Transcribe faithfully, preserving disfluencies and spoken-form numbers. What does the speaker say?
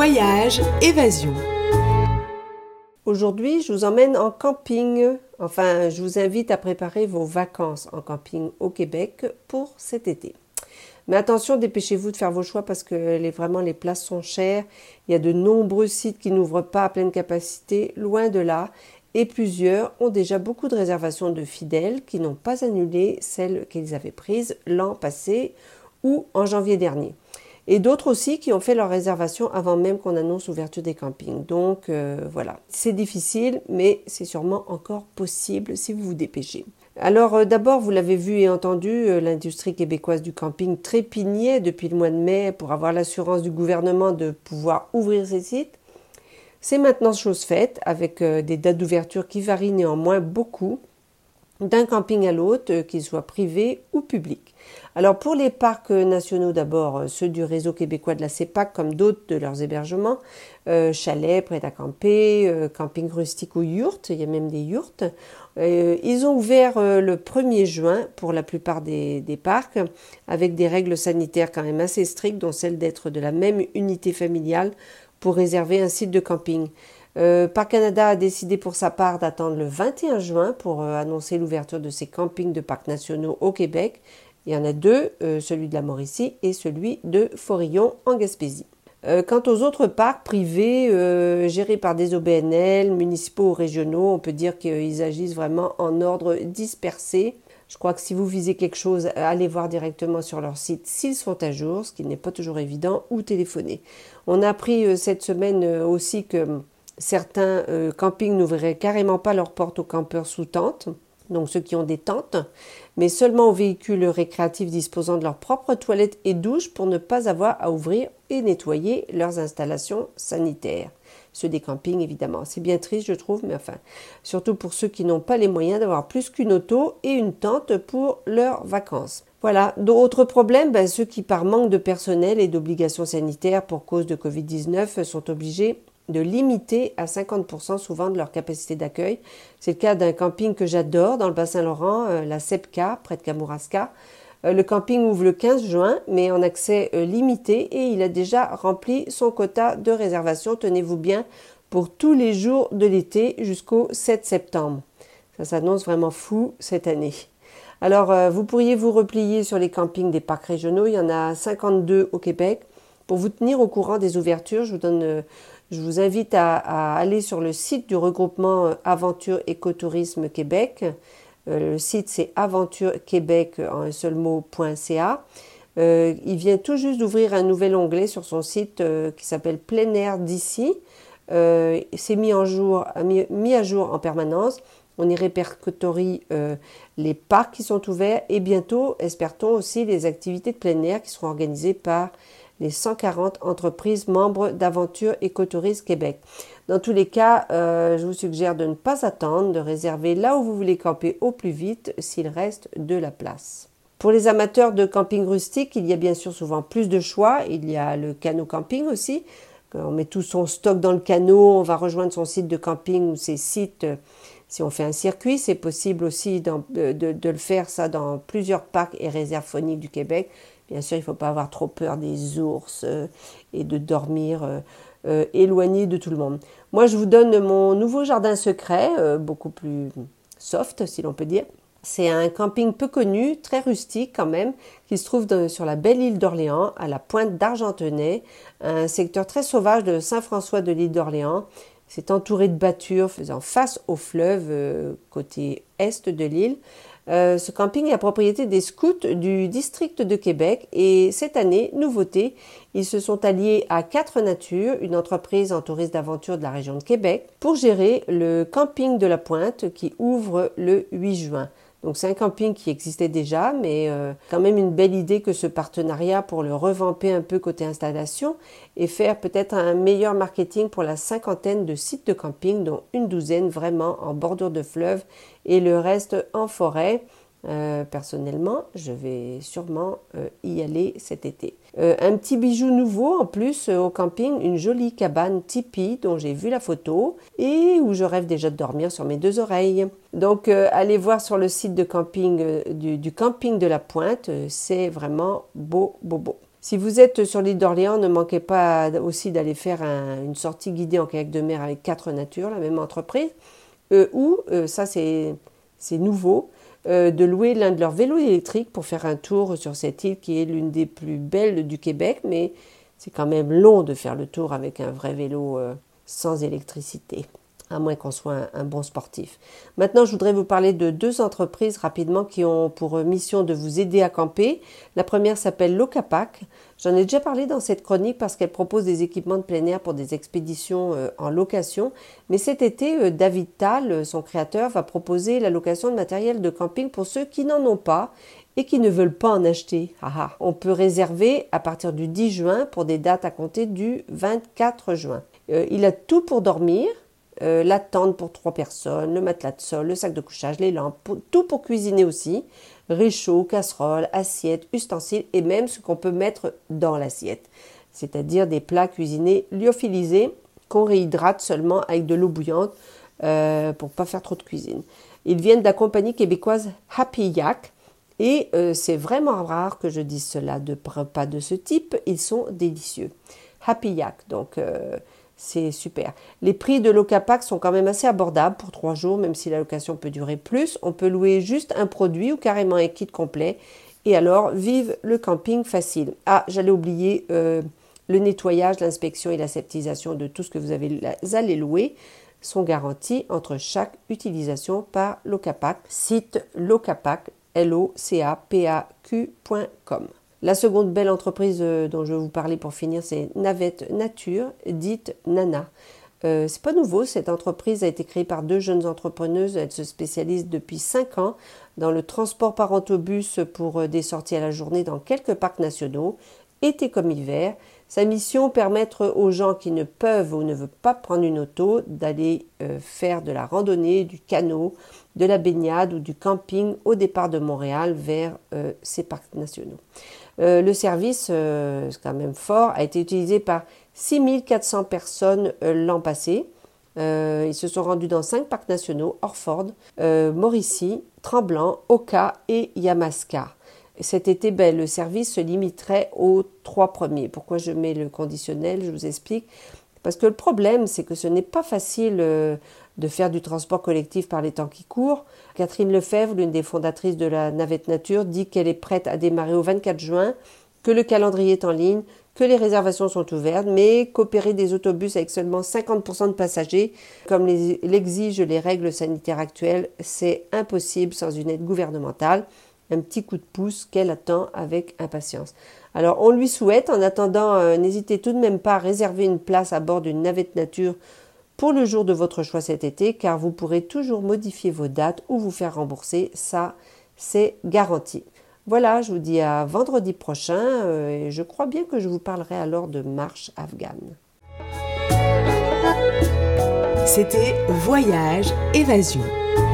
Voyage, évasion. Aujourd'hui, je vous emmène en camping. Enfin, je vous invite à préparer vos vacances en camping au Québec pour cet été. Mais attention, dépêchez-vous de faire vos choix parce que les, vraiment les places sont chères. Il y a de nombreux sites qui n'ouvrent pas à pleine capacité, loin de là. Et plusieurs ont déjà beaucoup de réservations de fidèles qui n'ont pas annulé celles qu'ils avaient prises l'an passé ou en janvier dernier. Et d'autres aussi qui ont fait leur réservation avant même qu'on annonce l'ouverture des campings. Donc euh, voilà, c'est difficile, mais c'est sûrement encore possible si vous vous dépêchez. Alors euh, d'abord, vous l'avez vu et entendu, euh, l'industrie québécoise du camping trépignait depuis le mois de mai pour avoir l'assurance du gouvernement de pouvoir ouvrir ses sites. C'est maintenant chose faite avec euh, des dates d'ouverture qui varient néanmoins beaucoup d'un camping à l'autre, euh, qu'il soit privé ou public. Alors pour les parcs nationaux d'abord, euh, ceux du réseau québécois de la C E P A C comme d'autres de leurs hébergements, euh, chalets, prêts à camper, euh, camping rustique ou yurts, il y a même des yurts. Euh, ils ont ouvert euh, le premier juin pour la plupart des, des parcs avec des règles sanitaires quand même assez strictes, dont celle d'être de la même unité familiale pour réserver un site de camping. Euh, Parc Canada a décidé pour sa part d'attendre le vingt et un juin pour euh, annoncer l'ouverture de ses campings de parcs nationaux au Québec. Il y en a deux, euh, celui de la Mauricie et celui de Forillon en Gaspésie. Euh, quant aux autres parcs privés euh, gérés par des O B N L, municipaux ou régionaux, on peut dire qu'ils agissent vraiment en ordre dispersé. Je crois que si vous visez quelque chose, allez voir directement sur leur site s'ils sont à jour, ce qui n'est pas toujours évident, ou téléphoner. On a appris euh, cette semaine euh, aussi que certains euh, campings n'ouvriraient carrément pas leurs portes aux campeurs sous tente, donc ceux qui ont des tentes, mais seulement aux véhicules récréatifs disposant de leurs propres toilettes et douches pour ne pas avoir à ouvrir et nettoyer leurs installations sanitaires. Ceux des campings, évidemment. C'est bien triste, je trouve, mais enfin, surtout pour ceux qui n'ont pas les moyens d'avoir plus qu'une auto et une tente pour leurs vacances. Voilà. D'autres problèmes, ben, ceux qui, par manque de personnel et d'obligations sanitaires pour cause de covid dix-neuf, sont obligés de limiter à cinquante pour cent souvent de leur capacité d'accueil. C'est le cas d'un camping que j'adore dans le Bas-Saint-Laurent, euh, la Sepka, près de Kamouraska. Euh, le camping ouvre le quinze juin, mais en accès euh, limité et il a déjà rempli son quota de réservation, tenez-vous bien, pour tous les jours de l'été jusqu'au sept septembre. Ça s'annonce vraiment fou cette année. Alors, euh, vous pourriez vous replier sur les campings des parcs régionaux. Il y en a cinquante-deux au Québec. Pour vous tenir au courant des ouvertures, je vous donne... Euh, Je vous invite à, à aller sur le site du regroupement Aventure Écotourisme Québec. Euh, le site, c'est aventurequebec en un seul mot.ca. Euh, il vient tout juste d'ouvrir un nouvel onglet sur son site euh, qui s'appelle Plein Air d'ici. Euh, c'est mis, en jour, mis, mis à jour en permanence. On y répertorie euh, les parcs qui sont ouverts et bientôt, espère-t-on aussi, les activités de plein air qui seront organisées par les cent quarante entreprises membres d'Aventure Écotourisme Québec. Dans tous les cas, euh, je vous suggère de ne pas attendre, de réserver là où vous voulez camper au plus vite s'il reste de la place. Pour les amateurs de camping rustique, il y a bien sûr souvent plus de choix. Il y a le canot camping aussi. On met tout son stock dans le canot, on va rejoindre son site de camping ou ses sites. Si on fait un circuit, c'est possible aussi dans, de, de, de le faire ça dans plusieurs parcs et réserves fauniques du Québec. Bien sûr, il ne faut pas avoir trop peur des ours euh, et de dormir euh, euh, éloigné de tout le monde. Moi, je vous donne mon nouveau jardin secret, euh, beaucoup plus soft, si l'on peut dire. C'est un camping peu connu, très rustique quand même, qui se trouve dans, sur la belle île d'Orléans, à la pointe d'Argentenay, un secteur très sauvage de Saint-François de l'île d'Orléans. C'est entouré de bâtures faisant face au fleuve, euh, côté est de l'île. Euh, ce camping est la propriété des scouts du district de Québec et cette année, nouveauté, ils se sont alliés à Quatre Natures, une entreprise en tourisme d'aventure de la région de Québec, pour gérer le camping de la Pointe qui ouvre le huit juin. Donc c'est un camping qui existait déjà, mais euh, quand même une belle idée que ce partenariat pour le revamper un peu côté installation et faire peut-être un meilleur marketing pour la cinquantaine de sites de camping, dont une douzaine vraiment en bordure de fleuve et le reste en forêt. Euh, personnellement, je vais sûrement euh, y aller cet été. Euh, un petit bijou nouveau en plus euh, au camping, une jolie cabane tipi dont j'ai vu la photo et où je rêve déjà de dormir sur mes deux oreilles. Donc euh, allez voir sur le site de camping euh, du, du camping de la Pointe, euh, c'est vraiment beau, beau, beau. Si vous êtes sur l'île d'Orléans, ne manquez pas aussi d'aller faire un, une sortie guidée en kayak de mer avec Quatre Natures, la même entreprise, euh, ou, euh, ça c'est, c'est nouveau, euh, de louer l'un de leurs vélos électriques pour faire un tour sur cette île qui est l'une des plus belles du Québec, mais c'est quand même long de faire le tour avec un vrai vélo euh, sans électricité, à moins qu'on soit un, un bon sportif. Maintenant, je voudrais vous parler de deux entreprises rapidement qui ont pour mission de vous aider à camper. La première s'appelle Locapac. J'en ai déjà parlé dans cette chronique parce qu'elle propose des équipements de plein air pour des expéditions euh, en location. Mais cet été, euh, David Tal, son créateur, va proposer la location de matériel de camping pour ceux qui n'en ont pas et qui ne veulent pas en acheter. Ah ah. On peut réserver à partir du dix juin pour des dates à compter du vingt-quatre juin. Euh, il a tout pour dormir. Euh, la tente pour trois personnes, le matelas de sol, le sac de couchage, les lampes, pour, tout pour cuisiner aussi, réchaud, casserole, assiette, ustensiles et même ce qu'on peut mettre dans l'assiette, c'est-à-dire des plats cuisinés lyophilisés qu'on réhydrate seulement avec de l'eau bouillante euh, pour ne pas faire trop de cuisine. Ils viennent de la compagnie québécoise Happy Yak et euh, c'est vraiment rare que je dise cela de repas de ce type, ils sont délicieux. Happy Yak, donc... Euh, c'est super. Les prix de Locapac sont quand même assez abordables pour trois jours, même si la location peut durer plus. On peut louer juste un produit ou carrément un kit complet. Et alors, vive le camping facile. Ah, j'allais oublier euh, le nettoyage, l'inspection et l'aseptisation de tout ce que vous avez, allez louer sont garantis entre chaque utilisation par Locapac. Site Locapac, L O C A P A Q point com. La seconde belle entreprise dont je vais vous parler pour finir, c'est Navette Nature, dite Nana. Euh, c'est pas nouveau, cette entreprise a été créée par deux jeunes entrepreneuses. Elle se spécialise depuis cinq ans dans le transport par autobus pour des sorties à la journée dans quelques parcs nationaux, été comme hiver. Sa mission, permettre aux gens qui ne peuvent ou ne veulent pas prendre une auto d'aller euh, faire de la randonnée, du canot, de la baignade ou du camping au départ de Montréal vers euh, ces parcs nationaux. Euh, le service, euh, c'est quand même fort, a été utilisé par six mille quatre cents personnes euh, l'an passé. Euh, ils se sont rendus dans cinq parcs nationaux, Orford, euh, Mauricie, Tremblant, Oka et Yamaska. Cet été, ben, le service se limiterait aux trois premiers. Pourquoi je mets le conditionnel? Je vous explique. Parce que le problème, c'est que ce n'est pas facile euh, de faire du transport collectif par les temps qui courent. Catherine Lefebvre, l'une des fondatrices de la Navette Nature, dit qu'elle est prête à démarrer au vingt-quatre juin, que le calendrier est en ligne, que les réservations sont ouvertes, mais qu'opérer des autobus avec seulement cinquante pour cent de passagers, comme les, l'exigent les règles sanitaires actuelles, c'est impossible sans une aide gouvernementale. Un petit coup de pouce qu'elle attend avec impatience. Alors, on lui souhaite. En attendant, euh, n'hésitez tout de même pas à réserver une place à bord d'une Navette Nature pour le jour de votre choix cet été, car vous pourrez toujours modifier vos dates ou vous faire rembourser. Ça, c'est garanti. Voilà, je vous dis à vendredi prochain euh, et je crois bien que je vous parlerai alors de marche afghane. C'était Voyage Évasion.